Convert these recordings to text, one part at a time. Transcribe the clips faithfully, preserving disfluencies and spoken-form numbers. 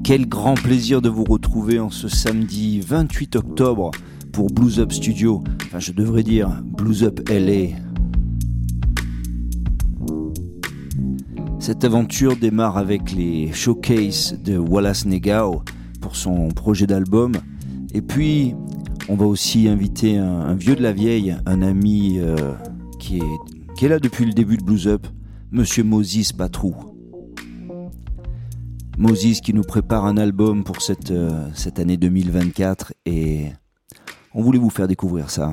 Quel grand plaisir de vous retrouver en ce samedi vingt-huit octobre pour Blues Up Studio. Enfin, je devrais dire Blues Up L A. Cette aventure démarre avec les showcases de Wallace Negao pour son projet d'album. Et puis, on va aussi inviter un, un vieux de la vieille, un ami euh, qui, est, qui est là depuis le début de Blues Up, Monsieur Moses Patrou. Moses qui nous prépare un album pour cette, euh, cette année deux mille vingt-quatre et on voulait vous faire découvrir ça.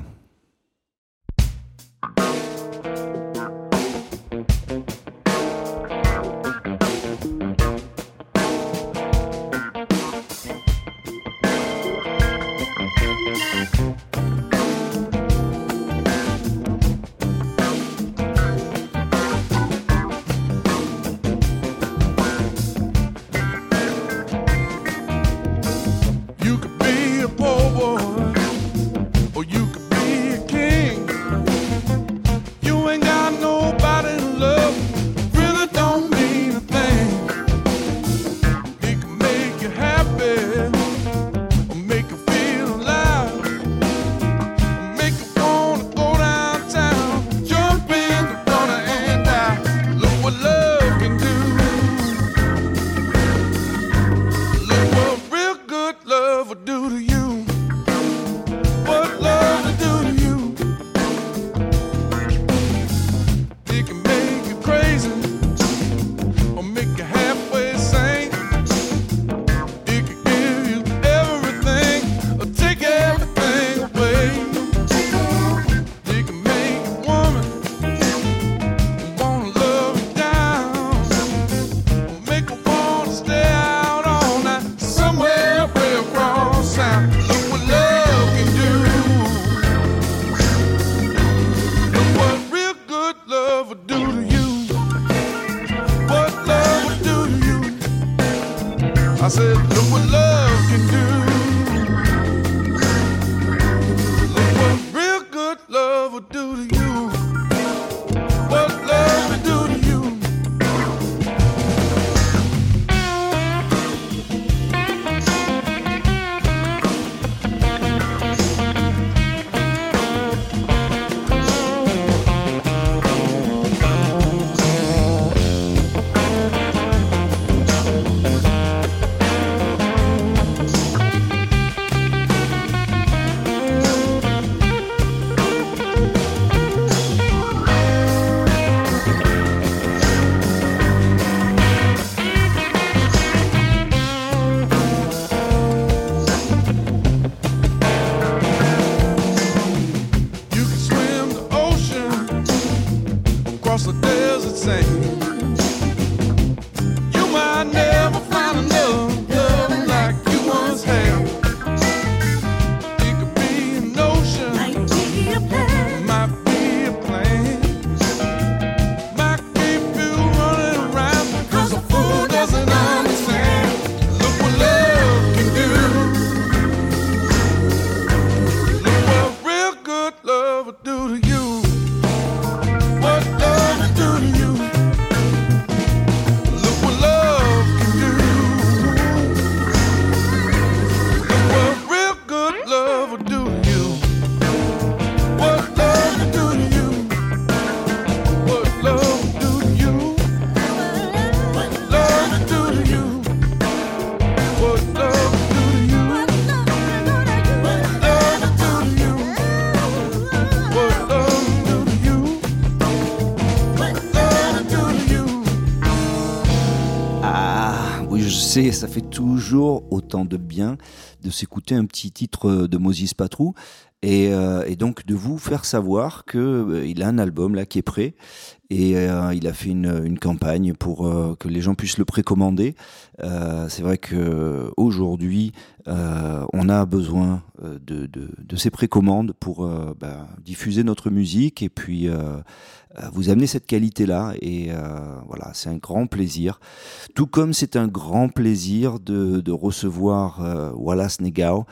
Ça fait toujours autant de bien de s'écouter un petit titre de Moses Patrou et, euh, et donc de vous faire savoir qu'il euh, a un album là qui est prêt et euh, il a fait une, une campagne pour euh, que les gens puissent le précommander. Euh, c'est vrai qu'aujourd'hui euh, on a besoin de, de, de ces précommandes pour euh, bah, diffuser notre musique et puis euh, vous amener cette qualité-là et euh, voilà, c'est un grand plaisir. Tout comme c'est un grand plaisir de, de recevoir euh, Wallace Negao,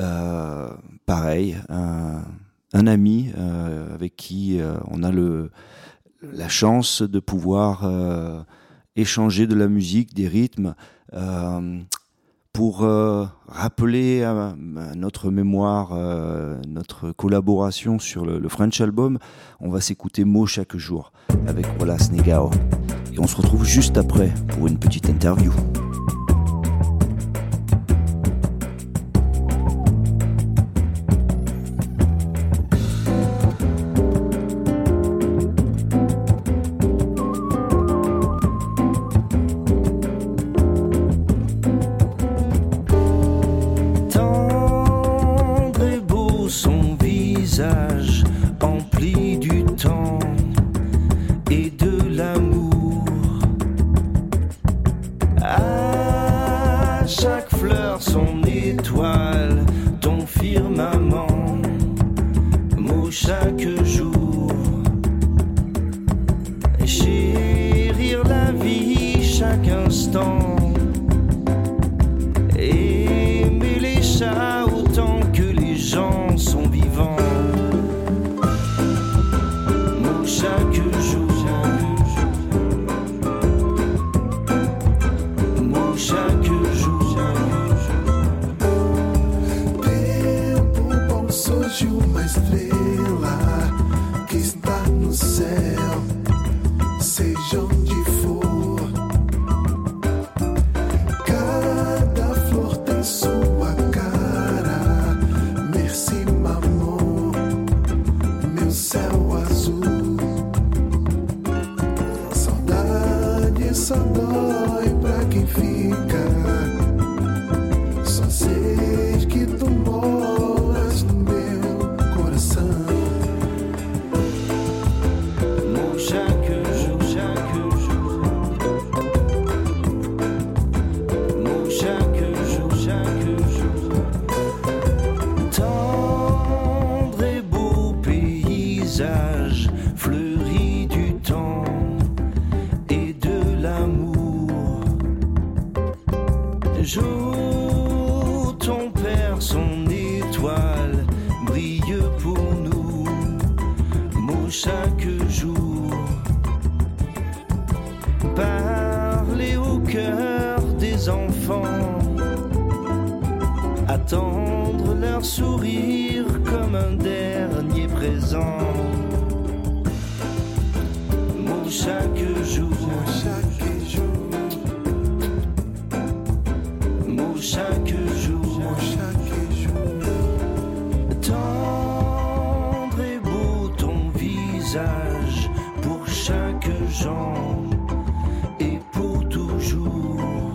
euh, pareil, un, un ami euh, avec qui euh, on a le, la chance de pouvoir euh, échanger de la musique, des rythmes. Euh, Pour euh, rappeler à, à notre mémoire euh, notre collaboration sur le, le French Album, on va s'écouter Mots chaque jour avec Wallace Negao. Et on se retrouve juste après pour une petite interview. Empli du temps et de l'amour. À chaque fleur son étoile, ton firmament, mot chaque jour. Chérir la vie chaque instant, aimer les chats autant que les gens sont vivants. Chaque jour, mot chaque jour. Tempo bom surge uma estrela que está no céu, seja onde for. Cada flor tem sua cara. Merci, maman, meu céu azul. Só dói pra quem fica. Só sei que tu moras no meu coração. Mot chaque jour, chaque jour. Mot chaque jour, chaque jour. Tendre et beau paysage fleuri du temps. Joue ton père, son étoile brille pour nous, mot chaque jour. Parler au cœur des enfants, attendre leur sourire comme un dernier présent, mot chaque jour. Chaque jour. Chaque jour, chaque jour. Tendre et beau ton visage pour chaque genre et pour toujours.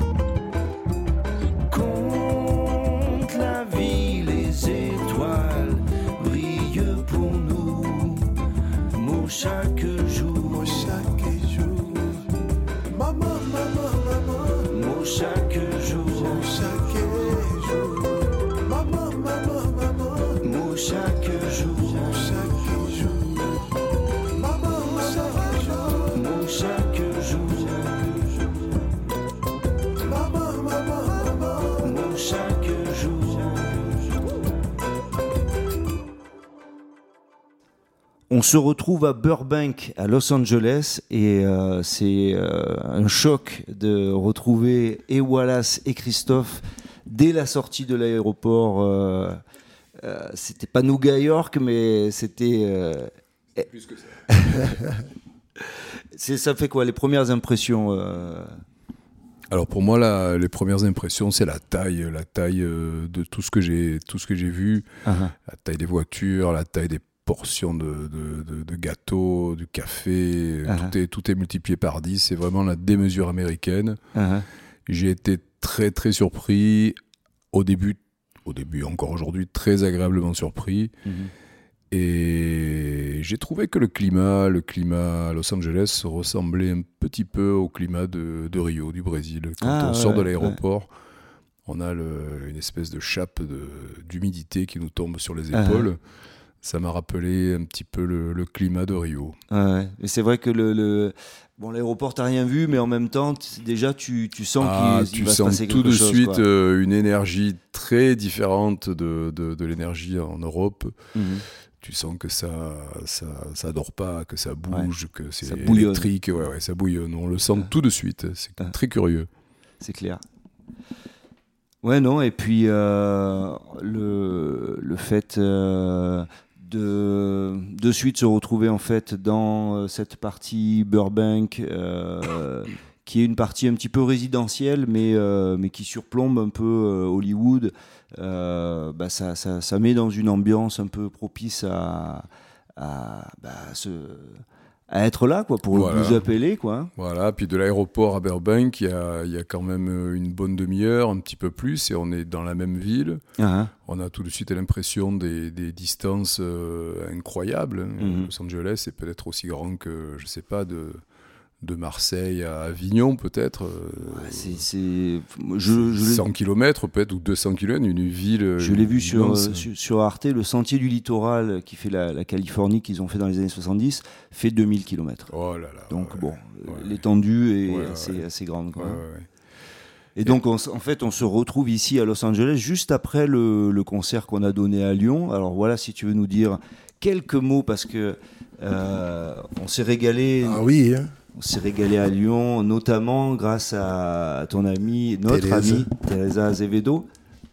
Compte la vie, les étoiles brillent pour nous, mot chaque jour, chaque jour. Maman, maman, maman, mot chaque jour. Chaque jour, maman, maman, maman, mot chaque jour, chaque jour, maman, chaque jour, mot chaque jour, maman, maman, maman, mot chaque jour. On se retrouve à Burbank, à Los Angeles, et euh, c'est euh, un choc de retrouver et Wallace et Christophe dès la sortie de l'aéroport. Euh, euh, c'était pas Nougat York, mais c'était... Euh, Plus que ça. c'est, ça fait quoi, les premières impressions euh... Alors pour moi, la, les premières impressions, c'est la taille, la taille euh, de tout ce que j'ai, tout ce que j'ai vu, uh-huh. La taille des voitures, la taille des portions de, de, de, de gâteaux, du café, uh-huh. tout, est, tout est multiplié par dix, c'est vraiment la démesure américaine. Uh-huh. J'ai été très très surpris, au début, au début encore aujourd'hui, très agréablement surpris. Uh-huh. Et j'ai trouvé que le climat, le climat à Los Angeles ressemblait un petit peu au climat de, de Rio, du Brésil. Quand ah, on ouais, sort de l'aéroport, ouais. on a le, une espèce de chape de, d'humidité qui nous tombe sur les épaules. Ah. Ça m'a rappelé un petit peu le, le climat de Rio. Ouais, et c'est vrai que le, le... Bon, l'aéroport, t'as rien vu, mais en même temps, t- déjà, tu, tu sens ah, qu'il tu va sens se passer tout quelque de chose, suite quoi. Euh, une énergie très différente de, de, de l'énergie en Europe. Mm-hmm. Tu sens que ça, ça, ça dort pas, que ça bouge, ouais. que c'est ça électrique, ouais, ouais, ça bouillonne. On le sent ah. tout de suite. C'est ah. très curieux. C'est clair. Ouais, non, et puis euh, le, le fait euh, de de suite se retrouver en fait dans euh, cette partie Burbank, euh, qui est une partie un petit peu résidentielle, mais, euh, mais qui surplombe un peu euh, Hollywood, euh, bah, ça, ça, ça met dans une ambiance un peu propice à, à, bah, se... à être là, quoi, pour Voilà. vous appeler, quoi. Voilà, puis de l'aéroport à Burbank, il y a, il y a quand même une bonne demi-heure, un petit peu plus, et on est dans la même ville. Ah, On a tout de suite l'impression des, des distances euh, incroyables. Mhm. Los Angeles est peut-être aussi grand que, je sais pas, de, de Marseille à Avignon, peut-être. euh, ouais, c'est, c'est... Je, je l'ai- cent kilomètres, peut-être, ou deux cents kilomètres, une ville. Je l'ai vu sur, immense. euh, sur, sur Arte, le sentier du littoral qui fait la, la Californie, qu'ils ont fait dans les années soixante-dix, fait deux mille kilomètres. Oh là là. Donc ouais, bon, ouais. l'étendue est Ouais, assez, ouais. assez grande, quoi. Ouais, ouais, ouais. Et donc on s- en fait on se retrouve ici à Los Angeles juste après le, le concert qu'on a donné à Lyon. Alors voilà, si tu veux nous dire quelques mots, parce que euh, on s'est régalé. Ah oui, hein. On s'est régalé à Lyon, notamment grâce à, à ton ami, notre Teresa. amie Teresa Azevedo.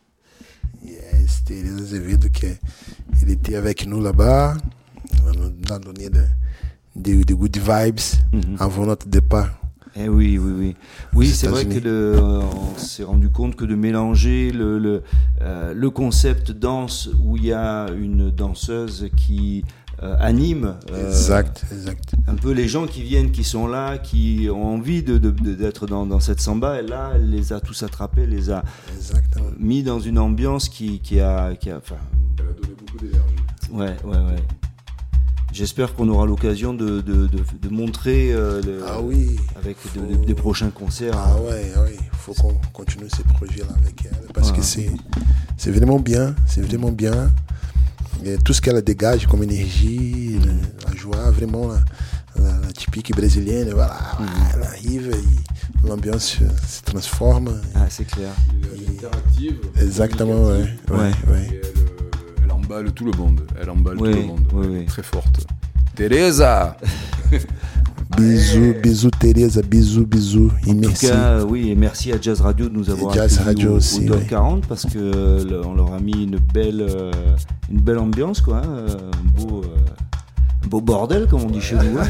Yes, Teresa Azevedo, qui est- il était avec nous là-bas. On nous a donné de, de, de good vibes Mhm. avant notre départ. Eh oui, oui, oui. Oui, Aux c'est vrai que États-Unis. le, euh, on s'est rendu compte que de mélanger le, le, euh, le concept danse où il y a une danseuse qui euh, anime euh, Exact, exact. un peu les gens qui viennent, qui sont là, qui ont envie de, de- de- d'être dans, dans cette samba, et là, elle les a tous attrapés, les a Exactement. mis dans une ambiance qui, qui a... Qui a enfin, Elle a donné beaucoup d'énergie. ouais, ouais, ouais. J'espère qu'on aura l'occasion de, de, de, de montrer euh, le- Ah oui. avec de- faut- de- des prochains concerts. Ah ouais, ah ouais. Il faut qu'on continue ces projets-là avec elle. Parce Ouais. que c'est, c'est vraiment bien. C'est vraiment bien. Et tout ce qu'elle dégage comme énergie, Mhm. la, la joie, vraiment la, la- la typique brésilienne. Voilà, Mhm. elle arrive et l'ambiance se transforme. Ah, c'est clair. Elle est interactive. Exactement, ouais. Ouais. ouais, Et ouais. elle, euh, elle emballe tout le monde. Elle emballe Oui, tout le monde. oui, Elle est oui. Très forte. Teresa. Bisous, bisous Teresa, bisous, bisous. Et En tout merci. cas, euh, oui, et merci à Jazz Radio de nous avoir Jazz accueillis Radio au, aussi, au Dog ouais. quarante, parce que euh, le- on leur a mis une belle, euh, une belle ambiance, quoi, hein, euh, un beau, euh, un beau bordel, comme on dit chez nous. Hein.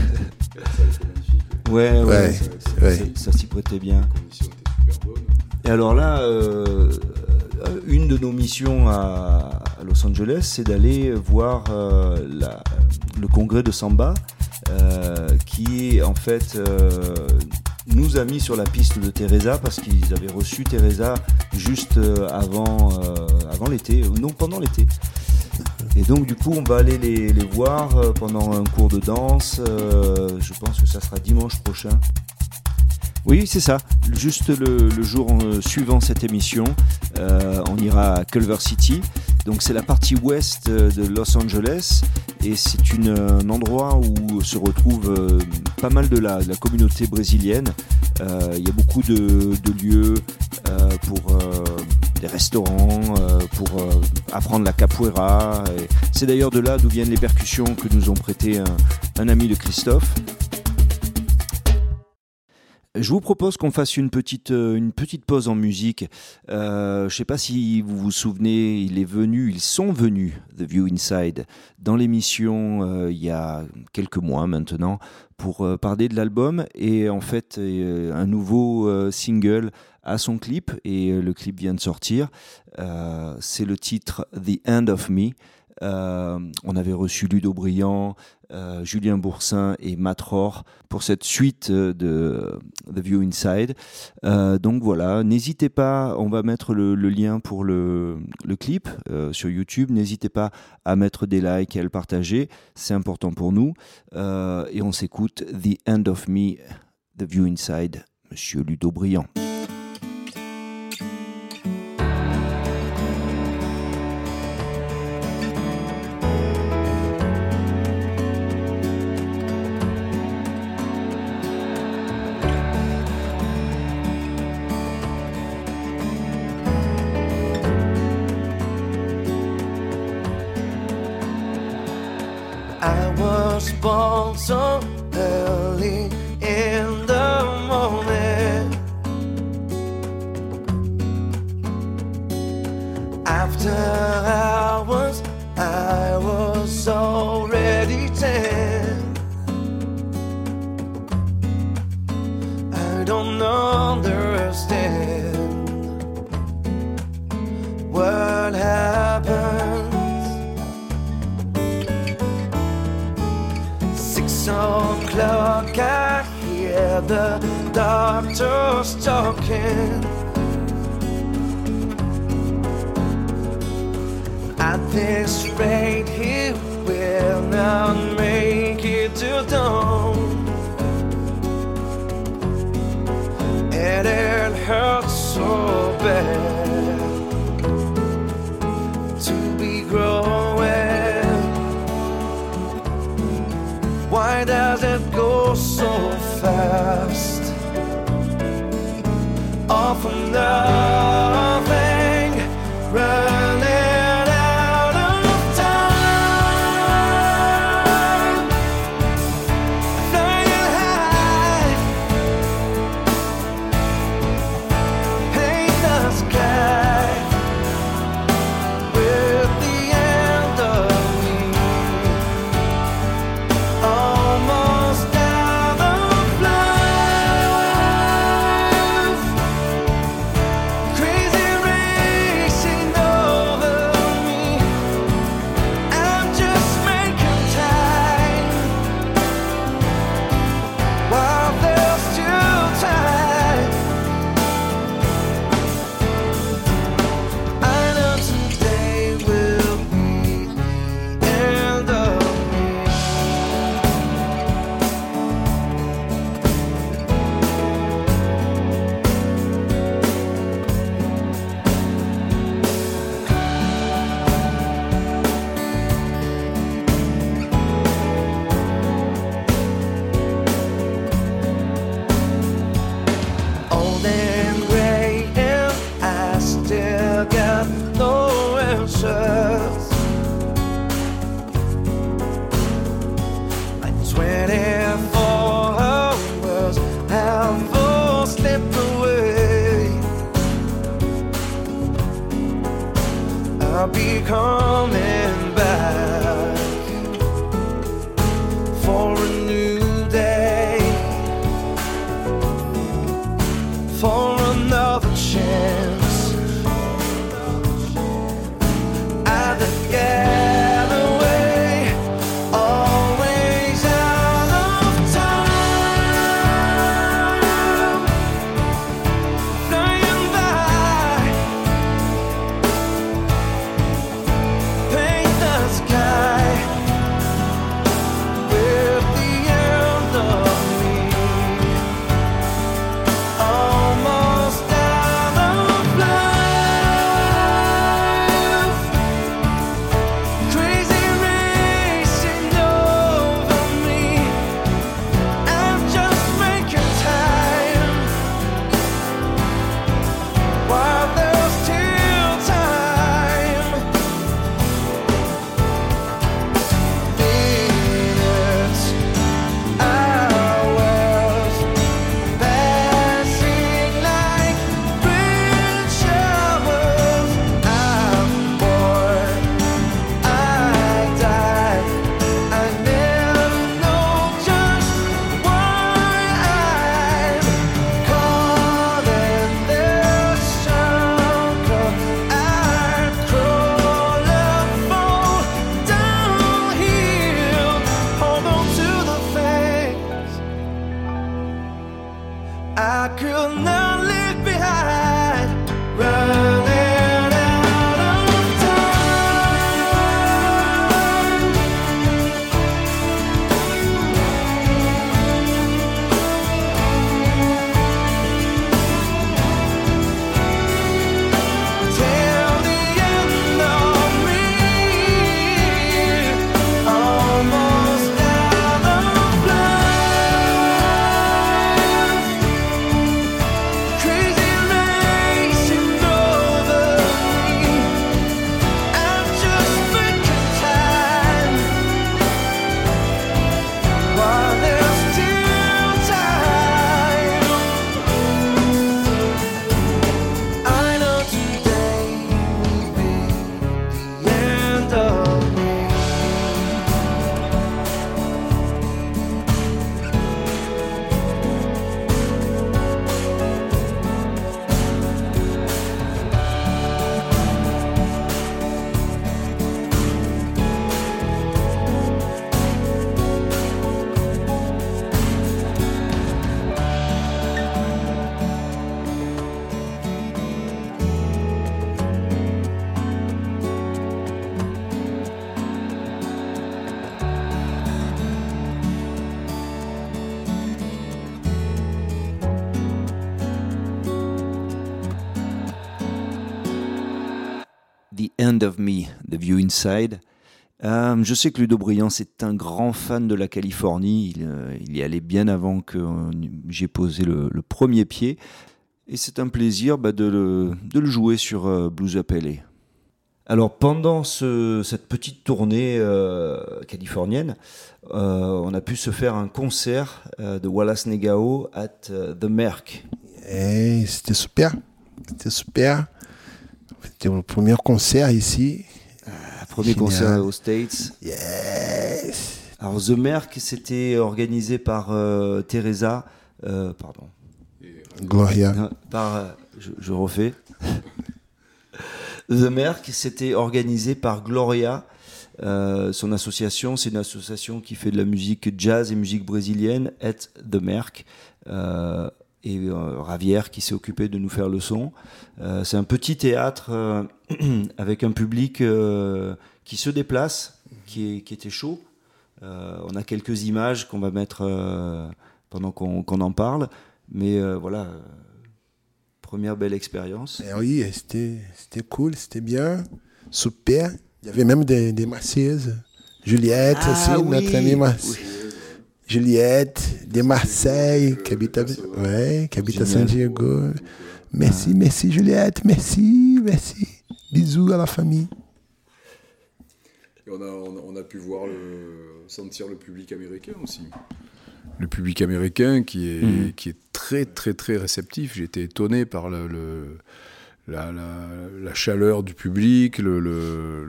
Ouais, ouais, Ouais, ça, ça- ouais. ça- ça s'y prêtait bien. Les conditions étaient super bonnes. Et alors là, euh, euh, une de nos missions à, à Los Angeles, c'est d'aller voir euh, la- le congrès de Samba, euh, qui en fait euh, nous a mis sur la piste de Teresa, parce qu'ils avaient reçu Teresa juste euh, avant, euh, avant l'été, euh, non pendant l'été. Et donc du coup on va aller les, les voir euh, pendant un cours de danse, euh, je pense que ça sera dimanche prochain. Oui, c'est ça. Juste le, le jour euh, suivant cette émission, euh, on ira à Culver City. Donc c'est la partie ouest euh, de Los Angeles, et c'est une, un endroit où se retrouve euh, pas mal de la, de la communauté brésilienne. Euh, Il y a beaucoup de, de lieux euh, pour euh, des restaurants, euh, pour euh, apprendre la capoeira. Et c'est d'ailleurs de là d'où viennent les percussions que nous ont prêté un, un ami de Christophe. Je vous propose qu'on fasse une petite, euh, une petite pause en musique. Euh, je ne sais pas si vous vous souvenez, il est venu, ils sont venus, The View Inside, dans l'émission euh, il y a quelques mois maintenant, pour euh, parler de l'album. Et en fait, euh, un nouveau euh, single a son clip, et euh, le clip vient de sortir. Euh, c'est le titre The End of Me. Euh, on avait reçu Ludo Briand, euh, Julien Boursin et Matt Rohr pour cette suite de The View Inside. Euh, donc voilà, n'hésitez pas, on va mettre le, le lien pour le, le clip euh, sur YouTube. N'hésitez pas à mettre des likes et à le partager, c'est important pour nous. Euh, et on s'écoute The End of Me, The View Inside, Monsieur Ludo Briand. I was born so early in the morning. don't understand what happens. Six o'clock, I hear the doctors talking. At this rate, he will not make it to dawn. And it hurts so bad to be growing. Why does it go so fast? All for nothing, running out of time, flying high, paint the sky with the end of me, almost out of life, crazy racing over me. I'm just making time while there's still time. I know today will be the end of me. Old and gray, and I still got no answers. Like twenty-four hours have all slipped away. I'll be coming back for a new day, for another chance. I'd get away, always out of time, flying by, paint the sky with the end of me, almost out of life, crazy racing over me. I'm just making time while there's still time. Minutes, hours, passing like rain showers. I'm bored, I die. I never know just why I'm caught in this circle. I crawl and fall downhill, hold on to the things I could not leave behind, running out of time. Till the end of me, almost out of life, End of Me, The View Inside. Euh, je sais que Ludo Briand, c'est un grand fan de la Californie. Il, euh, il y allait bien avant que euh, j'ai posé le, le premier pied. Et c'est un plaisir bah, de, le, de le jouer sur euh, Blues Up L A. Alors pendant ce, cette petite tournée euh, californienne, euh, on a pu se faire un concert euh, de Wallace Negao at uh, The Merc. Et c'était super, c'était super. C'était mon premier concert ici. Euh, premier Génial. concert aux States. Yes. Alors The Merc, c'était organisé par euh, Teresa, euh, pardon. Gloria. Non, par, euh, je, je refais. The Merc, c'était organisé par Gloria. Euh, son association, c'est une association qui fait de la musique jazz et musique brésilienne, at The Merc. Euh, et euh, Ravière qui s'est occupé de nous faire le son. Euh, c'est un petit théâtre euh, avec un public euh, qui se déplace, qui, est, qui était chaud. Euh, on a quelques images qu'on va mettre euh, pendant qu'on, qu'on en parle. Mais euh, voilà... Euh, première belle expérience. Et oui, c'était, c'était cool, c'était bien, super. Il y avait même des, des Marseillaises. Juliette ah, aussi, oui. notre amie Marseille. Oui. Juliette, de Marseille, qui habite à, ouais, qui habite à San Diego. Merci, ah. merci Juliette, merci, merci. Bisous à la famille. Et on, a, on, a, on a pu voir, le, sentir le public américain aussi. Le public américain qui est, mmh. qui est très, très, très réceptif. J'ai été étonné par le, le, la, la, la chaleur du public, le, le,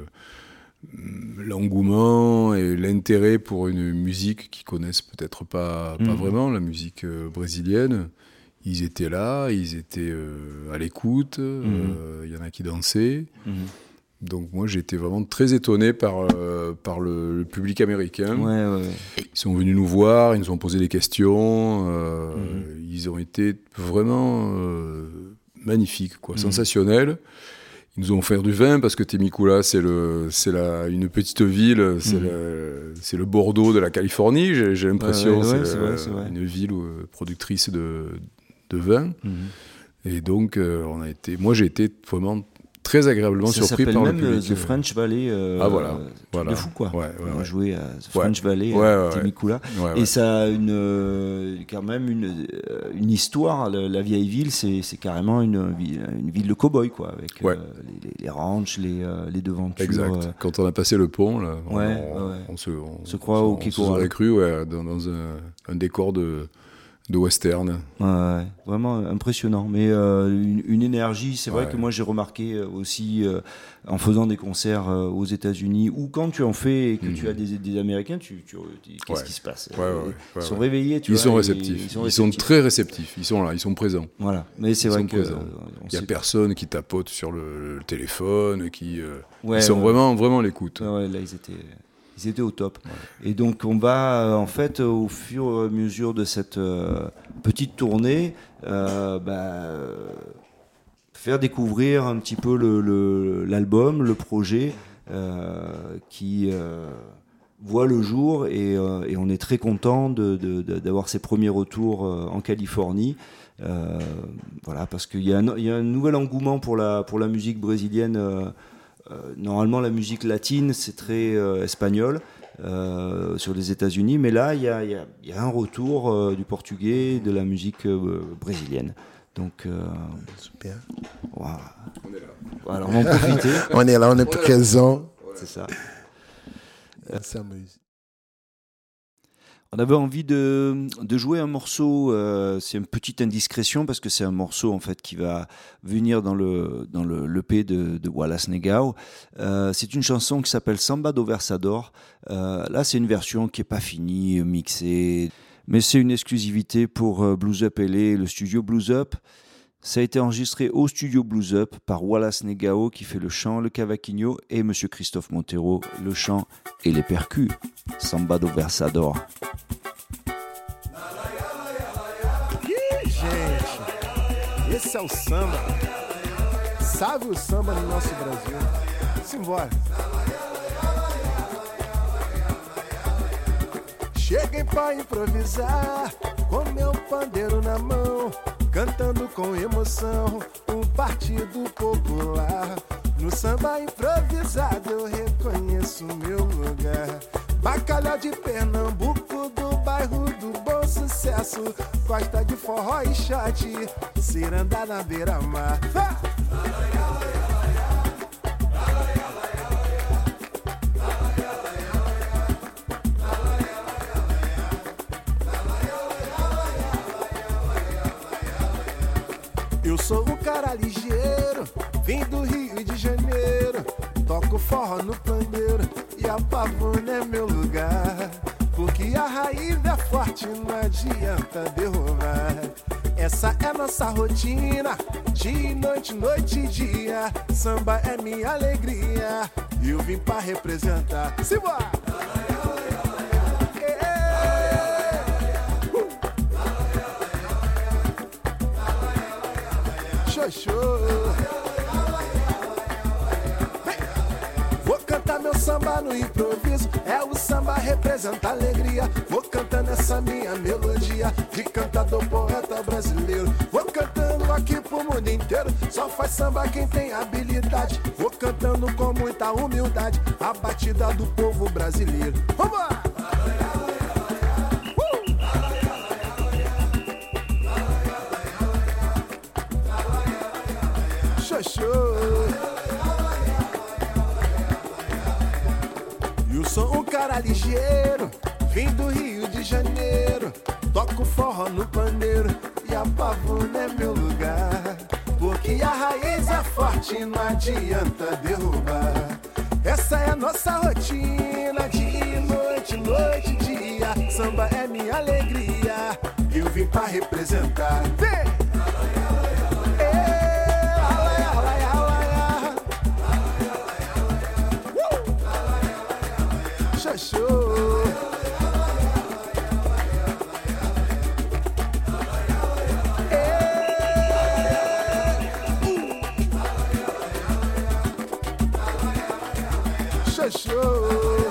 le, l'engouement et l'intérêt pour une musique qu'ils connaissent peut-être pas, mmh. pas vraiment, la musique euh, brésilienne. Ils étaient là, ils étaient euh, à l'écoute, il mmh. euh, y en a qui dansaient. Mmh. Donc moi j'ai été vraiment très étonné par, euh, par le, le public américain. Ouais, ouais, ouais. Ils sont venus nous voir, ils nous ont posé des questions, euh, mmh. ils ont été vraiment euh, magnifiques, quoi, mmh. sensationnels. Ils nous ont offert du vin parce que Temecula c'est, le, c'est la, une petite ville, c'est, mmh. le, c'est le Bordeaux de la Californie, j'ai, j'ai l'impression, ouais, ouais, c'est, ouais, c'est, vrai, c'est vrai. Une ville euh, productrice de, de vin. Mmh. Et donc euh, on a été, moi j'ai été vraiment très agréablement ça surpris par le public. Ça s'appelle même The French Valley. Euh, ah voilà, voilà. De fou quoi. Ouais, ouais, On a ouais. joué à The French ouais. Valley, ouais, à ouais, Temecula. Ouais, ouais. Et ça a une, euh, quand même une, une histoire. La, la vieille ville, c'est, c'est carrément une, une ville de cow-boy quoi, avec ouais. euh, les, les ranchs, les, euh, les devantures. Exact. Euh... Quand on a passé le pont, là, on, ouais, on, ouais. on se, on, se croit on, au on se serait cru ouais, dans, dans un, un décor de de western. Ouais, ouais, vraiment impressionnant. Mais euh, une, une énergie, c'est vrai ouais. que moi j'ai remarqué aussi euh, en faisant des concerts euh, aux États-Unis ou quand tu en fais et que mmh. tu as des, des Américains, tu, tu, tu qu'est-ce ouais. qui se passe ouais, ouais, ouais, Ils ouais, sont ouais. réveillés, tu ils vois. Sont réceptifs. Ils sont réceptifs. Ils sont très réceptifs. Ils sont là, ils sont présents. Voilà. Mais c'est ils vrai que euh, il y a personne qui tapote sur le, le téléphone, qui euh, ouais, ils sont ouais. vraiment vraiment à l'écoute. Ouais, ouais, là ils étaient. Ils étaient au top. Ouais. Et donc on va, euh, en fait, au fur et à mesure de cette euh, petite tournée, euh, bah, faire découvrir un petit peu le, le, l'album, le projet euh, qui euh, voit le jour. Et, euh, et on est très content de, de, de, d'avoir ces premiers retours euh, en Californie. Euh, voilà, parce qu'il y a un, il y a un nouvel engouement pour la, pour la musique brésilienne. Euh, Euh, normalement, la musique latine, c'est très euh, espagnol euh, sur les États-Unis, mais là, il y a, y a, y a un retour euh, du portugais, de la musique euh, brésilienne. Donc, euh, super. Voilà. On est là. Voilà, on va en profiter. On est là, on est présent. C'est ça. On s'amuse. On avait envie de, de jouer un morceau, euh, c'est une petite indiscrétion parce que c'est un morceau en fait qui va venir dans le dans le l'E P de, de Wallace Negao. Euh, c'est une chanson qui s'appelle Samba do Versador. Euh, là, c'est une version qui est pas finie, mixée, mais c'est une exclusivité pour euh, Blues Up L A, le studio Blues Up. Ça a été enregistré au studio Blues Up par Wallace Negao qui fait le chant, le cavaquinho et Monsieur Christophe Montero, le chant et les percus. Samba do Versador. Ih, gente, esse é o samba. Sabe o samba no nosso Brasil? Simbora. Cheguei pra improvisar, com meu pandeiro na mão, cantando com emoção, um partido popular. No samba improvisado, eu reconheço meu lugar. Bacalhau de Pernambuco, do bairro do Bom Sucesso. Gosta de forró e shot, ciranda na beira-mar. Eu sou um cara ligeiro, vim do Rio de Janeiro. Toco forró no pandeiro e a pavuna é meu lugar. Porque a raiz é forte, não adianta derrubar. Essa é nossa rotina, dia e noite, noite e dia. Samba é minha alegria e eu vim pra representar. Simbora! Show. Vou cantar meu samba no improviso, é o samba representa alegria. Vou cantando essa minha melodia de cantador poeta brasileiro. Vou cantando aqui pro mundo inteiro, só faz samba quem tem habilidade. Vou cantando com muita humildade a batida do povo brasileiro. Vamos lá! Eu sou um cara ligeiro, vim do Rio de Janeiro. Toco forró no pandeiro e a pavuna é meu lugar. Porque a raiz é forte, não adianta derrubar. Essa é a nossa rotina, dia e noite, noite e dia. Samba é minha alegria, eu vim pra representar. Vem! Show. Show.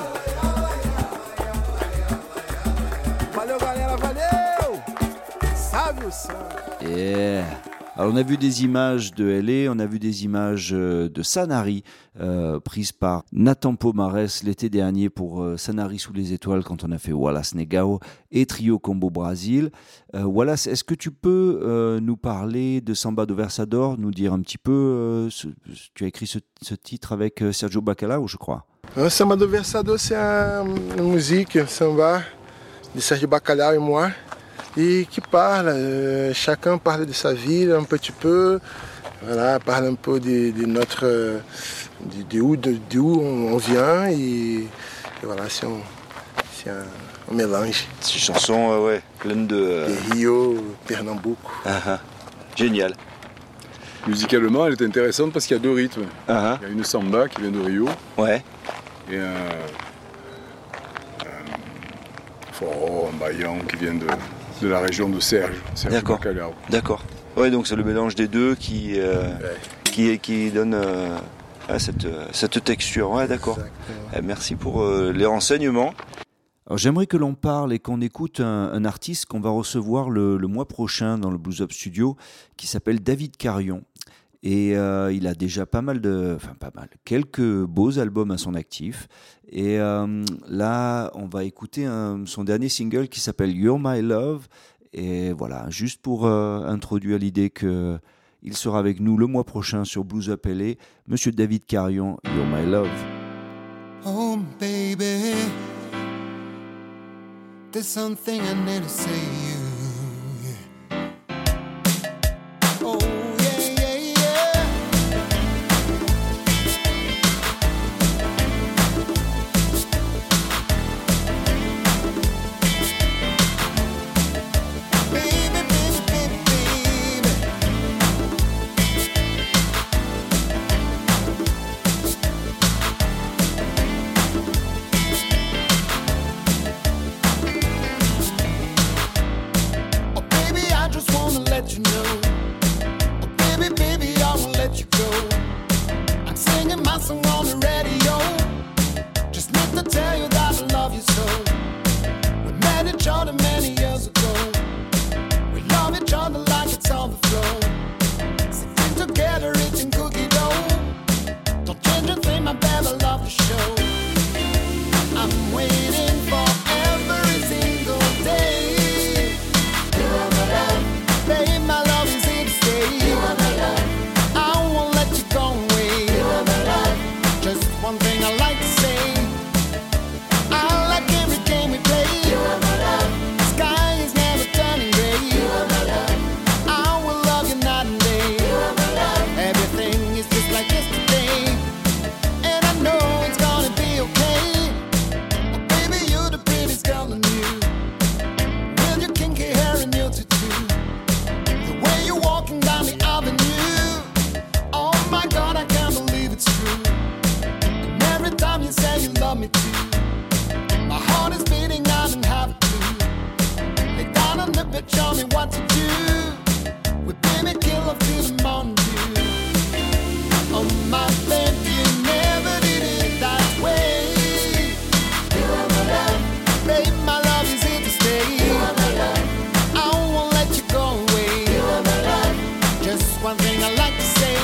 Valeu, galera, valeu. Salve o samba. Yeah. Alors on a vu des images de L A, on a vu des images de Sanary euh, prises par Nathan Pomares l'été dernier pour euh, Sanary sous les étoiles quand on a fait Wallace Negao et Trio Combo Brasil. Euh, Wallace, est-ce que tu peux euh, nous parler de Samba do Versador, nous dire un petit peu, euh, ce, tu as écrit ce, ce titre avec euh, Sergio Bacalhau, je crois. Le Samba do Versador, c'est une musique, un samba de Sergio Bacalhau et moi. Et qui parle, euh, chacun parle de sa vie un petit peu, voilà, parle un peu de, de notre, de, de, où, de, de où on vient et, et voilà, c'est un, c'est un, un mélange. C'est une chanson euh, ouais, pleine de... Euh... De Rio, Pernambuco. Uh-huh. Génial. Musicalement, elle est intéressante parce qu'il y a deux rythmes. Uh-huh. Il y a une samba qui vient de Rio. Ouais. Et un, un forró, un baillant qui vient de... de la région de Serge, Serge D'accord. Bacalhau. D'accord. Ouais, donc c'est le mélange des deux qui, euh, ouais. qui, qui donne euh, cette, cette texture. Ouais, d'accord. Eh, merci pour euh, les renseignements. Alors, j'aimerais que l'on parle et qu'on écoute un, un artiste qu'on va recevoir le, le mois prochain dans le Blues Up Studio qui s'appelle David Carion. Et euh, il a déjà pas mal de, enfin pas mal, quelques beaux albums à son actif. Et euh, là, on va écouter un, son dernier single qui s'appelle You're My Love. Et voilà, juste pour euh, introduire l'idée que il sera avec nous le mois prochain sur Blues Up L A, Monsieur David Carion, You're My Love. Oh baby, there's something I need to say to you. show me what to do. With baby killer feel the morning dew. Oh my baby, you never did it that way. You are my love, babe, my love is here to stay. You are my love, I won't let you go away. You are my love, just one thing I like to say.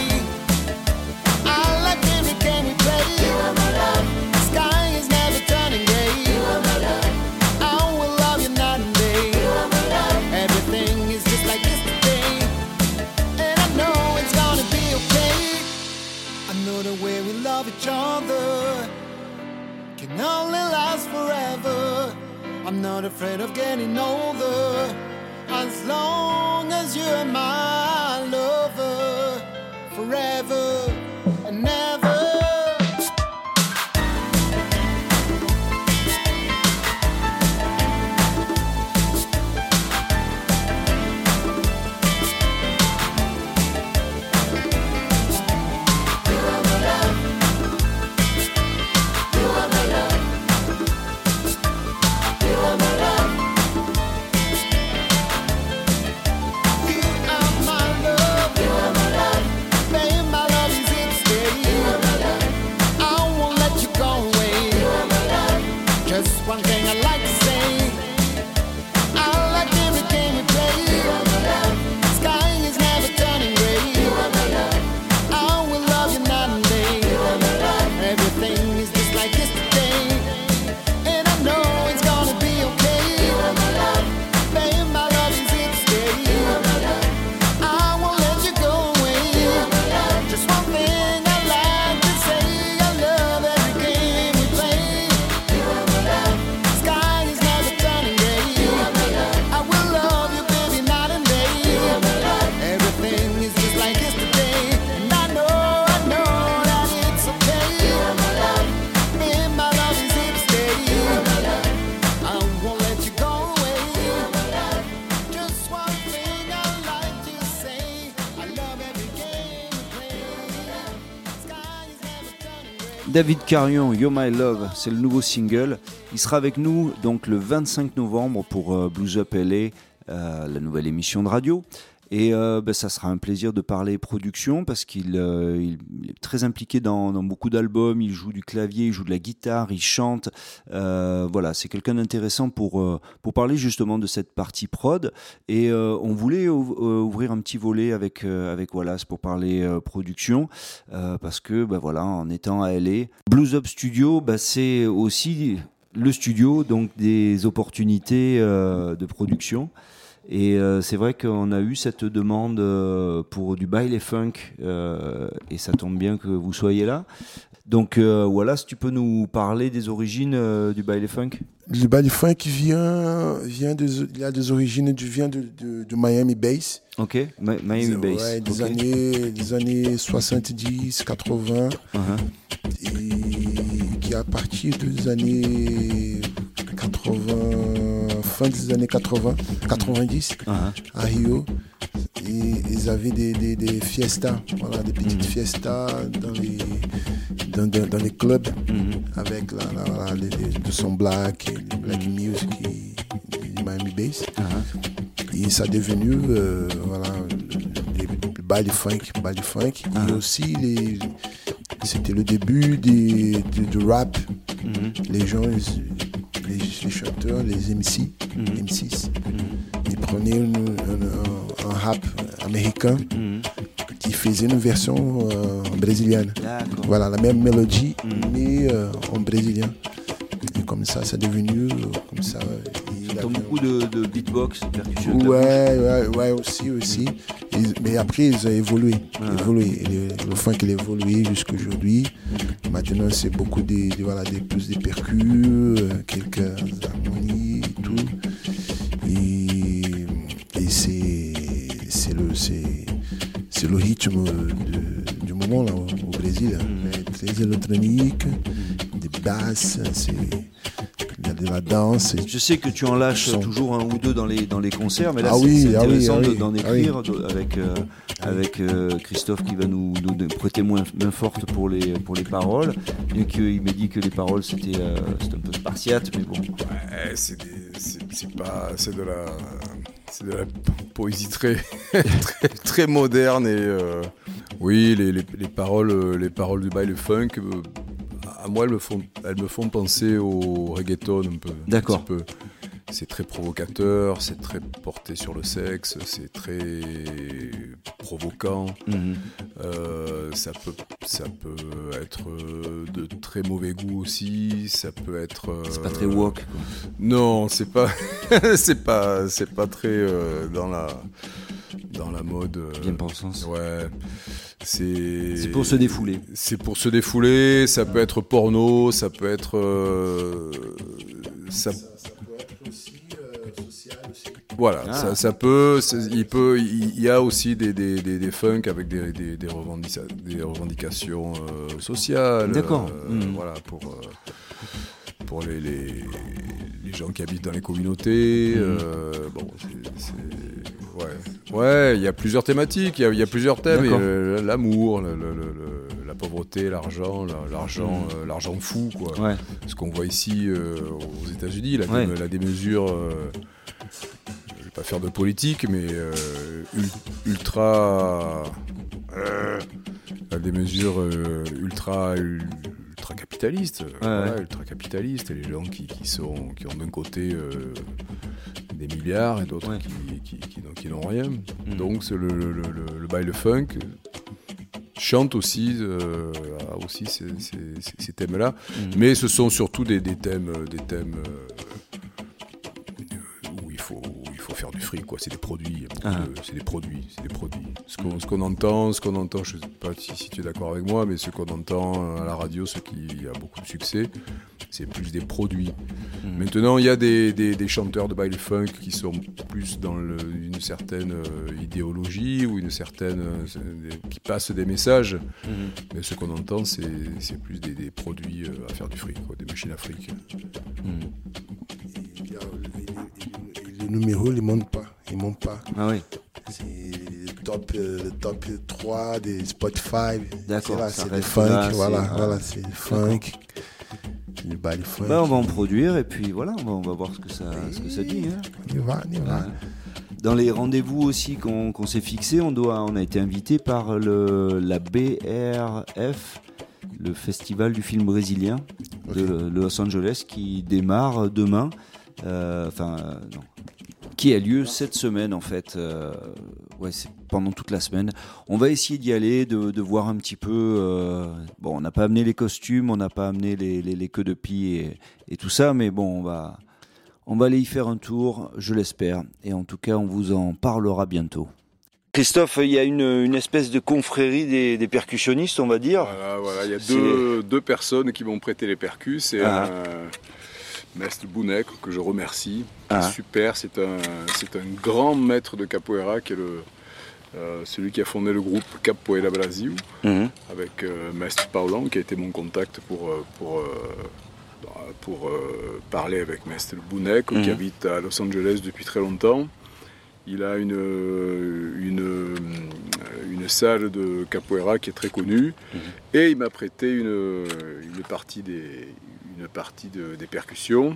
I like every game we play. You are my love, the sky is never turning gray. You are my love, I will love you night and day. You are my love, everything is just like yesterday. And I know it's gonna be okay. I know the way we love each other can only last forever. I'm not afraid of getting older, as long as you're my lover, forever and never. One thing I like to say, I like every game you play. You are my love, sky is never turning gray. You are my love, I will love you night and day. You are my love, everything is just like yesterday. And I know it's gonna be okay. You are my love, babe, my love is here to stay. You are my love, I won't let you go away. You are my love, just one thing I like to say, I love every game we play. You are my love, sky is never turning gray. You are my love, I will love you, baby, night and day. You are my love, everything is just like yesterday. And I know, I know that it's okay. You are my love, babe, my love is here to stay. You are my love, I won't let you go away. You are my love, just one thing I like to say, I love every game we play. Sky is never turning gray. David Carion, You're My Love, c'est le nouveau single. Il sera avec nous donc le vingt-cinq novembre pour euh, Blues Up L A, euh, la nouvelle émission de radio. Et euh, ben, ça sera un plaisir de parler production parce qu'il euh, il est très impliqué dans, dans beaucoup d'albums. Il joue du clavier, il joue de la guitare, il chante. Euh, voilà, c'est quelqu'un d'intéressant pour, euh, pour parler justement de cette partie prod. Et euh, on voulait ou- euh, ouvrir un petit volet avec, euh, avec Wallace pour parler euh, production euh, parce que ben, voilà, en étant à L A, Blues Up Studio, ben, c'est aussi le studio, donc des opportunités euh, de production. Et euh, c'est vrai qu'on a eu cette demande euh, pour du baile funk euh, et ça tombe bien que vous soyez là. Donc euh, voilà, si tu peux nous parler des origines euh, du baile funk. Le baile funk vient, vient des, il a des origines du, vient de, de, de Miami Bass. Ok, Mi- Miami Bass. Ouais, des, Ok. années, des années soixante-dix, quatre-vingts. Uh-huh. Et qui à partir des années quatre-vingts, fin des années quatre-vingts, quatre-vingt-dix, Uh-huh. à Rio, et ils avaient des, des, des fiestas, voilà, des petites Mhm. fiestas dans les, dans, dans, dans les clubs, Mhm. avec la, la, la, les, les- de son black, et le black music et, et Miami Bass. Uh-huh. Et ça est devenu euh, voilà, le, le baile funk, baile funk. Ah. Et aussi, les, c'était le début des, de, de rap. Mhm. Les gens, ils- les, les chanteurs, les M C, Mhm. M six, ils prenaient une- un, un- un rap américain Mhm. qui faisait une version euh, brésilienne. D'accord. Voilà, la même mélodie, Mhm. mais euh, en brésilien. Et comme ça, ça est devenu euh, comme ça. il T'as avait- beaucoup de, de beatbox, de percussion. de la Ouais, ouais, ouais, aussi, aussi. Ils- mais après, ils ont évolué. Ah. évolué. Et Le, le funk, il a évolué jusqu'à aujourd'hui. Maintenant, c'est beaucoup des, des- voilà, des, plus des percus, euh, quelques harmonies et tout. Et, et c'est, c'est, le, c'est, c'est le rythme de- du moment là, au, au Brésil. hein. Très électronique, des basses, c'est, il y a de la danse. et- Je sais que tu en lâches Son. toujours un ou deux dans les, dans les concerts, mais là Ah c'est, oui, c'est ah oui, intéressant ah de- oui, d'en ah oui. écrire de- avec, euh, avec euh, Christophe qui va nous, nous- nous prêter main, main forte pour les, pour les paroles. Bien qu'il m'ait dit que les paroles c'était, euh, c'était un peu spartiate, mais bon. Ouais, c'est, des- c'est, c'est pas, c'est de la, c'est de la poésie très, très, très moderne et euh, oui, les, les, les paroles, les paroles du baile funk, euh, à moi, elles me font, elles me font penser au reggaeton un peu. D'accord. Un petit peu. C'est très provocateur, c'est très porté sur le sexe, c'est très provoquant. Mmh. Euh, ça peut, ça peut être de très mauvais goût aussi. Ça peut être. Euh... C'est pas très woke, quoi. Non, c'est pas, c'est pas, c'est pas très euh, dans la, dans la mode. Euh... Bien pensance. Ouais. C'est. C'est pour se défouler. C'est pour se défouler. Ça peut être porno, ça peut être. Euh... Ça. Voilà, ah. ça, ça peut, il peut, il y a aussi des, des, des, des funk avec des, des, des, revendica- des revendications euh, sociales. D'accord. Euh, mmh. Voilà, pour, euh, pour les, les, les gens qui habitent dans les communautés. Mmh. Euh, bon, c'est, c'est, ouais, ouais, il y a plusieurs thématiques, il y a, il y a plusieurs thèmes. Et, euh, l'amour, le, le, le, la pauvreté, l'argent, l'argent, mmh. euh, l'argent fou, quoi. Ouais. Ce qu'on voit ici euh, aux États-Unis, la, ouais. dé, la démesure. Euh, pas faire de politique, mais euh, ultra, euh, des mesures euh, ultra, ultra capitalistes, ouais, voilà, ouais. ultra capitalistes, et les gens qui, qui sont, qui ont d'un côté euh, des milliards et d'autres ouais. qui, qui, qui, qui n'ont rien. Mmh. Donc le, le, le, le baile funk chante aussi, euh, aussi ces, ces, ces thèmes-là, mmh. mais ce sont surtout des, des thèmes, des thèmes. Euh, faire du fric, quoi. C'est des produits, ah. de, c'est des produits, c'est des produits. Ce qu'on, ce qu'on entend, ce qu'on entend, je sais pas si, si tu es d'accord avec moi, mais ce qu'on entend à la radio, ce qui a beaucoup de succès, c'est plus des produits. Mmh. Maintenant, il y a des, des, des chanteurs de baile funk qui sont plus dans le, une certaine euh, idéologie ou une certaine, euh, qui passent des messages. Mmh. Mais ce qu'on entend, c'est, c'est plus des, des produits euh, à faire du fric, quoi, des machines à fric. Mmh. Le numéro, il ne monte pas. Il monte pas. Ah oui. C'est le top, euh, le top trois des Spotify. D'accord. C'est, là, c'est des funk. Là, voilà, c'est... voilà, c'est le funk. Le bail funk. Bah, on va en produire et puis voilà, on va, on va voir ce que ça, ce que ça dit. Hein. On y va, on y va. Ouais. Dans les rendez-vous aussi qu'on, qu'on s'est fixés, on, doit, on a été invité par le, la B R F, le festival du film brésilien okay. de, de Los Angeles, qui démarre demain. Euh, enfin, euh, non. Qui a lieu cette semaine en fait, euh, ouais, c'est pendant toute la semaine. On va essayer d'y aller, de, de voir un petit peu. Euh, bon, on n'a pas amené les costumes, on n'a pas amené les, les, les queues de pie et, et tout ça, mais bon, on va, on va aller y faire un tour, je l'espère. Et en tout cas, on vous en parlera bientôt. Christophe, il y a une, une espèce de confrérie des, des percussionnistes, on va dire. Voilà, voilà, il y a deux, deux personnes qui m'ont prêté les percus. C'est ah. un Mestre Bounek, que je remercie. Ah. Super, c'est un, c'est un grand maître de capoeira qui est le, euh, celui qui a fondé le groupe Capoeira Brasil, mm-hmm. avec euh, Mestre Paulão, qui a été mon contact pour, pour, euh, pour euh, parler avec Mestre Bounek, mm-hmm. qui habite à Los Angeles depuis très longtemps. Il a une, une, une salle de capoeira qui est très connue, mmh. et il m'a prêté une, une partie, des, une partie de, des percussions.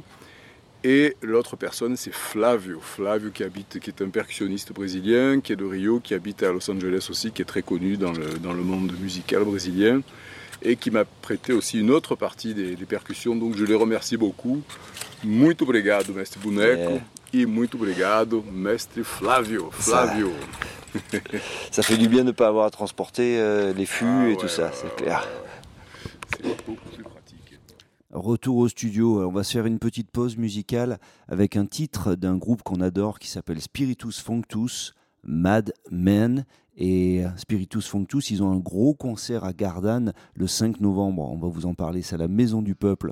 Et l'autre personne, c'est Flavio. Flavio qui, habite, qui est un percussionniste brésilien, qui est de Rio, qui habite à Los Angeles aussi, qui est très connu dans le, dans le monde musical brésilien, et qui m'a prêté aussi une autre partie des, des percussions. Donc je les remercie beaucoup. Muito obrigado, Mestre Boneco. Yeah. Et muito obrigado, Mestre Flavio. Flavio. Ça, ça fait du bien de ne pas avoir à transporter euh, les fûts ah, et ouais, tout ça, ouais, c'est ouais, clair. Ouais. C'est beaucoup plus pratique. Retour au studio, on va se faire une petite pause musicale avec un titre d'un groupe qu'on adore qui s'appelle Spiritus Functus, Mad Men. Et Spiritus Functus, ils ont un gros concert à Gardanne le cinq novembre. On va vous en parler, c'est à la Maison du Peuple.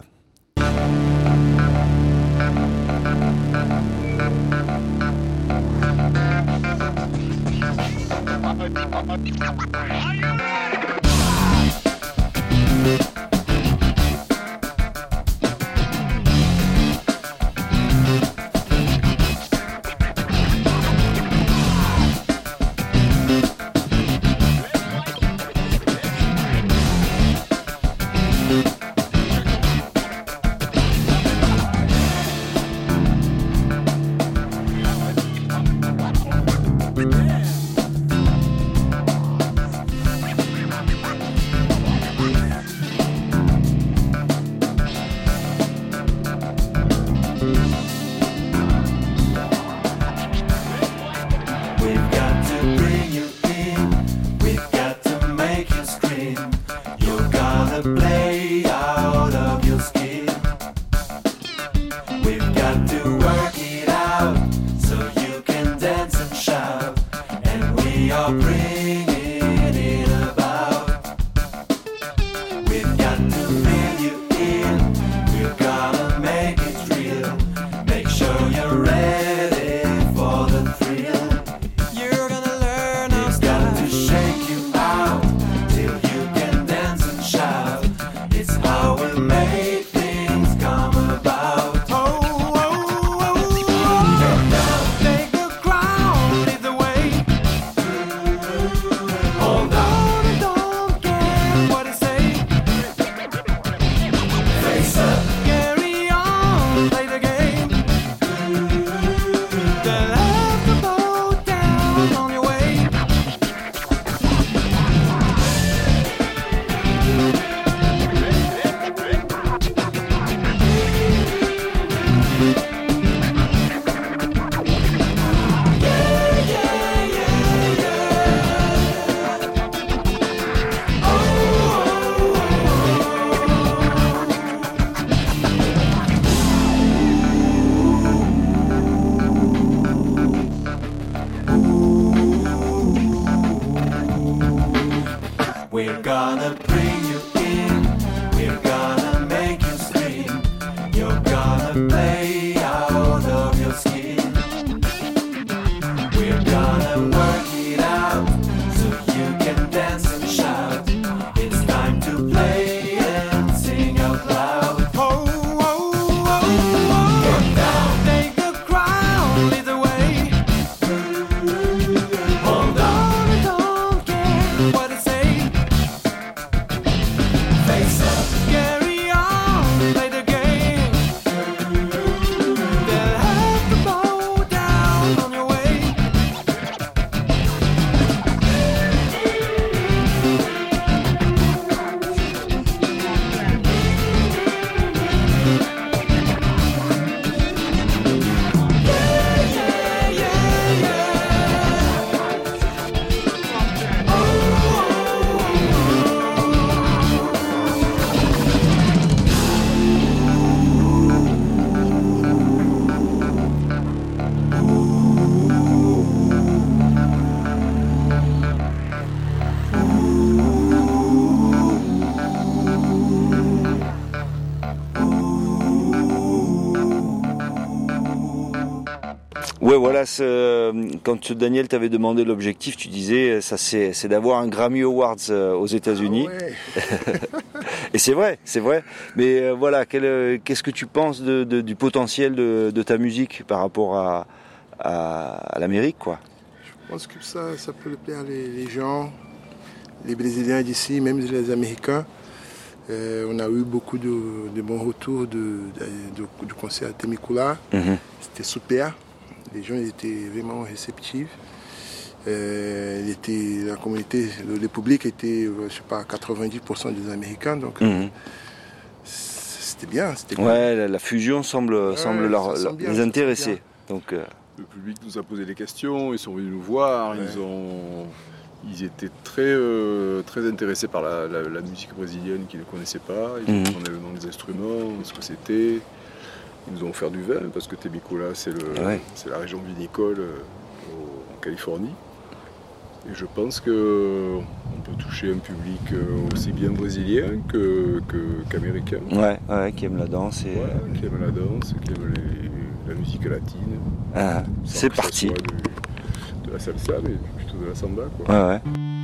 We've got to bring you in, we've got to make you scream. You're gonna play out of your skin. We've got to work it out so you can dance and shout, and we are bringing it about. We've got to fill you in, we're gonna make it real. Make sure you're ready for the thrill. You're gonna learn how We've got to shake you out till you can dance and shout. It's how we'll make things come about. Oh, oh, oh, oh. Get down, take the crowd, lead the way. Hold on and don't care what they say. Face up, carry on, play the game. They'll have to bow down on your way. We're gonna bring you in, we're gonna make you scream. You're gonna play out of your skin. We're gonna work it out so you can dance and shout. It's time to play and sing out loud. Oh, oh, oh, oh. Get down, take the crowd, lead the way. Hold on and don't care what they say. Face up, carry on, play the game. They'll have to bow down on your way. Yeah, yeah, yeah, yeah. Ouais, voilà, ce- quand Daniel t'avait demandé l'objectif, tu disais, ça c'est, c'est d'avoir un Grammy Awards euh, aux États-Unis. Ah ouais. Et c'est vrai, c'est vrai. Mais euh, voilà, quel, euh, qu'est-ce que tu penses de, de- du potentiel de, de ta musique par rapport à, à, à l'Amérique, quoi? Je pense que ça, ça peut plaire les, les gens, les Brésiliens d'ici, même les Américains. Euh, on a eu beaucoup de, de bons retours de, de- de- du concert à Temecula. Mhm. C'était super. Les gens étaient vraiment réceptifs. Euh, il était, la communauté, le, le public était, euh, je sais pas, quatre-vingt-dix pour cent des Américains. Donc Mhm. c'était bien. C'était bien. Ouais, la, la fusion semble, semble ça leur, semble bien, les ça semble intéresser. bien. Donc, euh, Le public nous a posé des questions, ils sont venus nous voir, Ouais. ils, ont, ils étaient très, euh, très intéressés par la, la- la musique brésilienne qu'ils ne connaissaient pas. Ils Mhm. ont demandé le nom des instruments, ce que c'était. Ils nous ont offert du vin parce que Temecula, c'est, le, Ouais. c'est la région vinicole euh, au- en Californie. Et je pense qu'on peut toucher un public euh, aussi bien brésilien que, que- qu'américain. ouais, ouais, qui aime la danse. Et, Voilà, qui aime la danse, qui aime les- la musique latine. ah, Sans c'est que ça parti. soit du- de la salsa, mais plutôt de la samba, quoi. Ouais, ouais.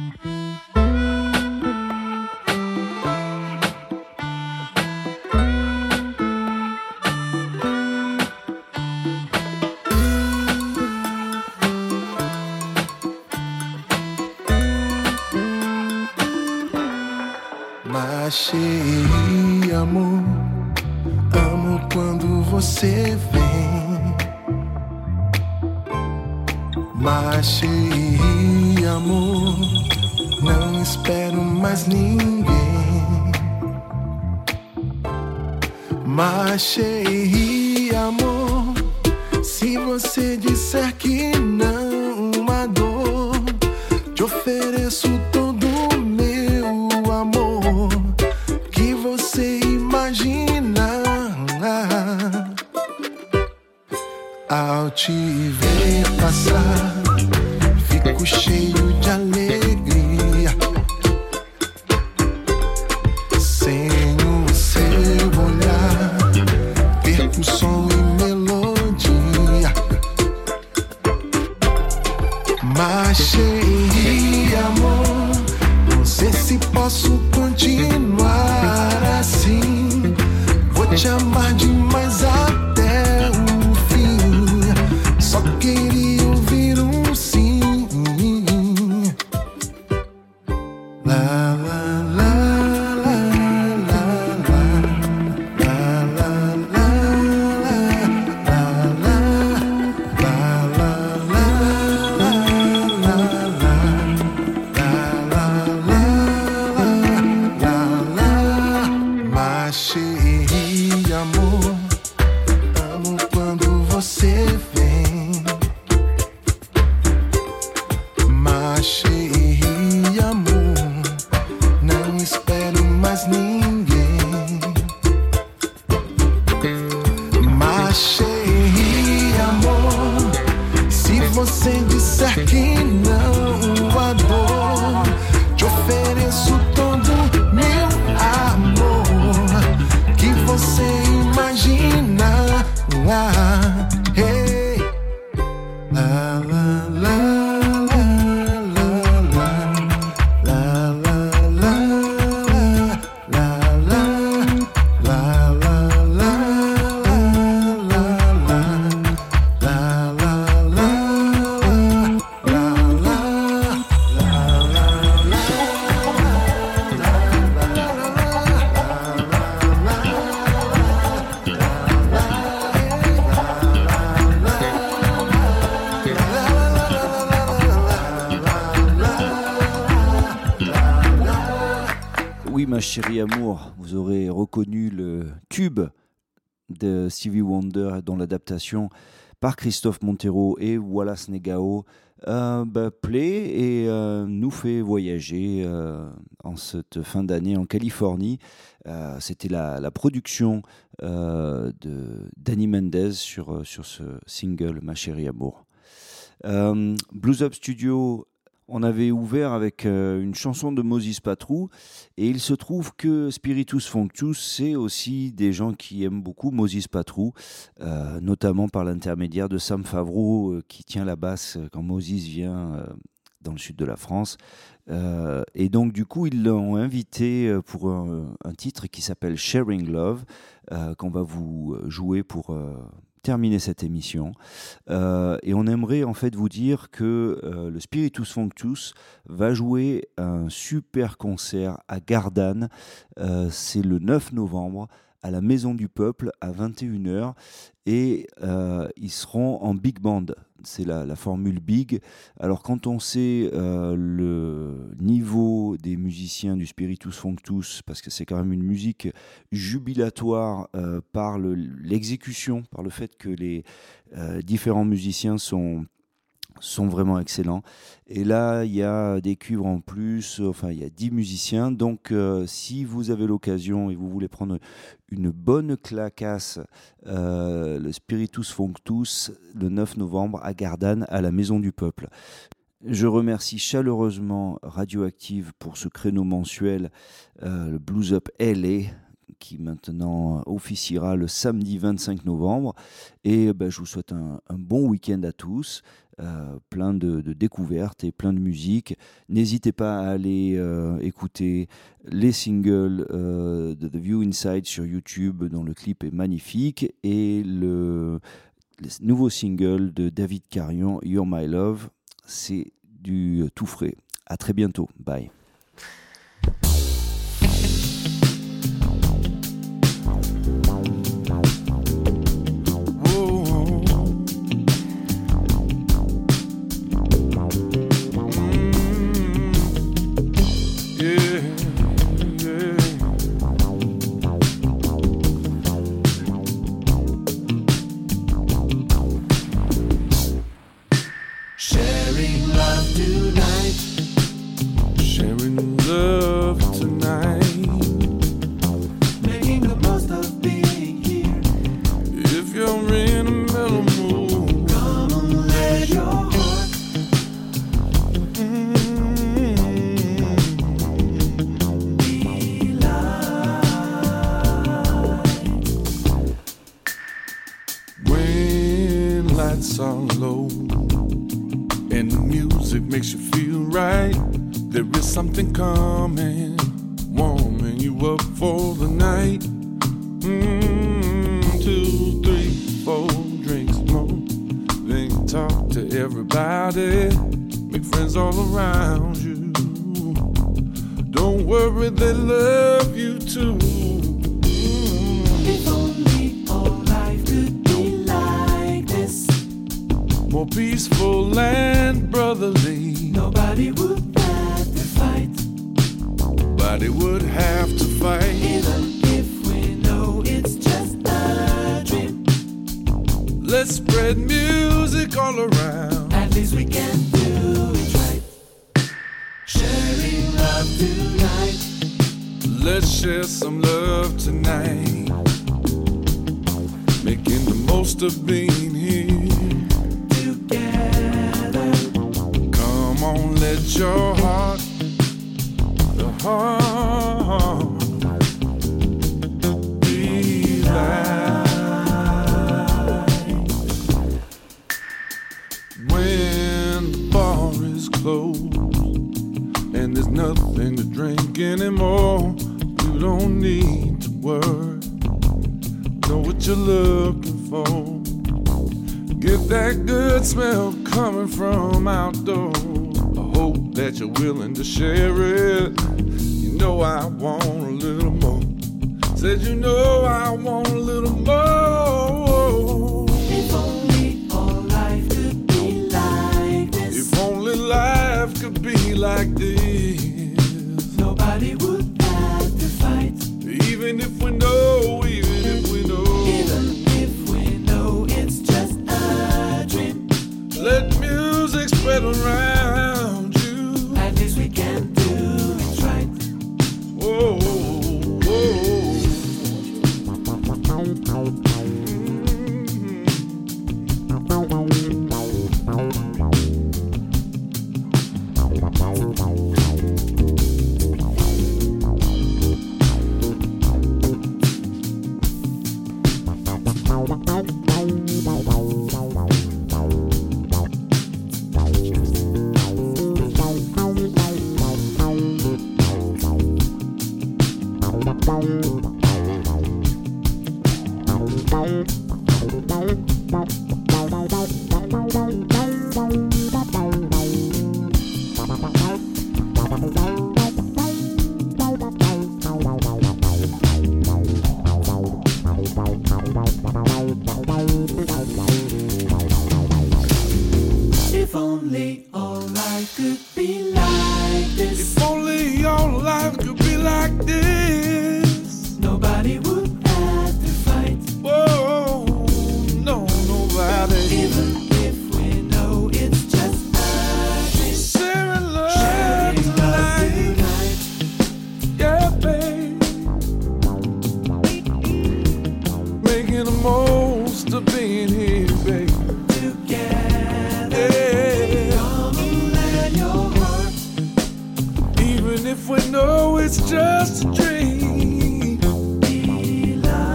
Achei amor, amo quando você vem. Achei amor, não espero mais ninguém. Achei amor, se você disser que não, uma te ver passar, fico cheio de alegria. Sem o seu olhar, perco som e melodia. Mas cheio de amor, não sei se posso continuar assim. Vou te amar demais até o fim. Só queria ouvir um sim. La la la la la la la la la la Mas cheio de amor, amo quando você vem. Mas cheio de amor, não espero mais ninguém. Mas cheio de amor, se você disser que não a dor, te ofereço todo meu amor que você imagina. Ah, hey. La la la la la la la la la la la la Oui, ma chérie amour, vous aurez reconnu le tube de Stevie Wonder dont l'adaptation par Christophe Montero et Wallace Negao euh, bah, plaît et euh, nous fait voyager euh, en cette fin d'année en Californie. Euh, c'était la, la production euh, de Danny Mendez sur, sur ce single Ma chérie amour. Euh, Blues Up Studio, on avait ouvert avec euh, une chanson de Moses Patrou et il se trouve que Spiritus Fonctus, c'est aussi des gens qui aiment beaucoup Moses Patrou, euh, notamment par l'intermédiaire de Sam Favreau euh, qui tient la basse quand Moses vient euh, dans le sud de la France. Euh, et donc du coup ils l'ont invité pour un, un titre qui s'appelle Sharing Love, euh, qu'on va vous jouer pour... Euh, terminer cette émission euh, et on aimerait en fait vous dire que euh, le Spiritus Fonctus va jouer un super concert à Gardanne, euh, c'est le neuf novembre à la Maison du Peuple à vingt et une heures et euh, ils seront en big band, c'est la, la formule big. Alors quand on sait euh, le niveau des musiciens du Spiritus Fonctus, parce que c'est quand même une musique jubilatoire euh, par le, l'exécution, par le fait que les euh, différents musiciens sont sont vraiment excellents. Et là, il y a des cuivres en plus, enfin, il y a dix musiciens. Donc, euh, si vous avez l'occasion et vous voulez prendre une bonne clacasse, euh, le Spiritus Fonctus, le neuf novembre à Gardanne, à la Maison du Peuple. Je remercie chaleureusement Radioactive pour ce créneau mensuel, euh, le Blues Up L A, qui maintenant officiera le samedi vingt-cinq novembre. Et ben, je vous souhaite un, un bon week-end à tous. Euh, plein de, de découvertes et plein de musique. N'hésitez pas à aller euh, écouter les singles euh, de The View Inside sur YouTube, dont le clip est magnifique, et le, le nouveau single de David Carion, You're My Love. C'est du tout frais. À très bientôt. Bye. If you're in a mellow mood, and the music makes you feel right. There is something coming, warming you up for the night. Mm, two, three, four drinks more. Then talk to everybody, make friends all around you. Don't worry, they love you too. If only all life could be like this. More peaceful and brotherly. Nobody would have to fight. Nobody would have to fight. Even if we know it's just a dream. Let's spread music all around. At least we can do it right. Sharing love tonight. Let's share some love tonight. Making the most of being here together. Come on, let your heart, the heart, be light. When the bar is closed and there's nothing to drink anymore, you don't need to worry. Know what you're looking for. Get that good smell coming from outdoors. I hope that you're willing to share it. You know I want a little more. Said you know I want a little more. If only all life could be like this. If only life could be like this. Nobody would have to fight. Even if we know, even if we know. Even if we know it's just a dream. Let music spread around you. At least we can do it right. Whoa, whoa. If only all life could be like this. If only all life could be like this. Nobody would have to fight. Whoa, no, nobody. Even if we know it's just a dream. Sharing love Sharing love tonight. tonight. Yeah, babe. Making the most of being here, babe. Together. Yeah. Come on, let your heart Even if we know it's just a dream. be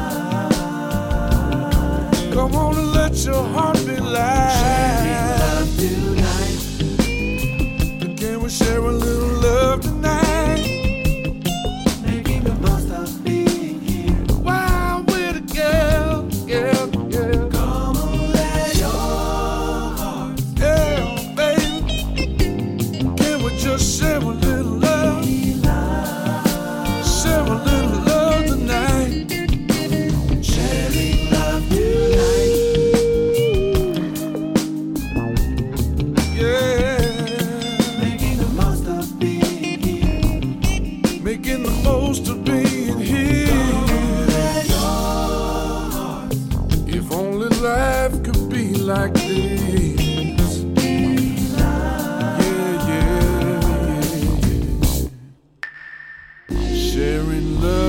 light. Come on and let your heart be Sharing light. love tonight. Can we share a little love tonight? Making the most of being here. While we're together, yeah, yeah, Come on, let your heart yeah, baby. Can we just share a little love? be light. Share a little love tonight. Sharing love tonight. Yeah, Making the most of being here. making the most of being here. Let your heart If only life could be like this. be light. Yeah, yeah, yeah, yeah. Sharing love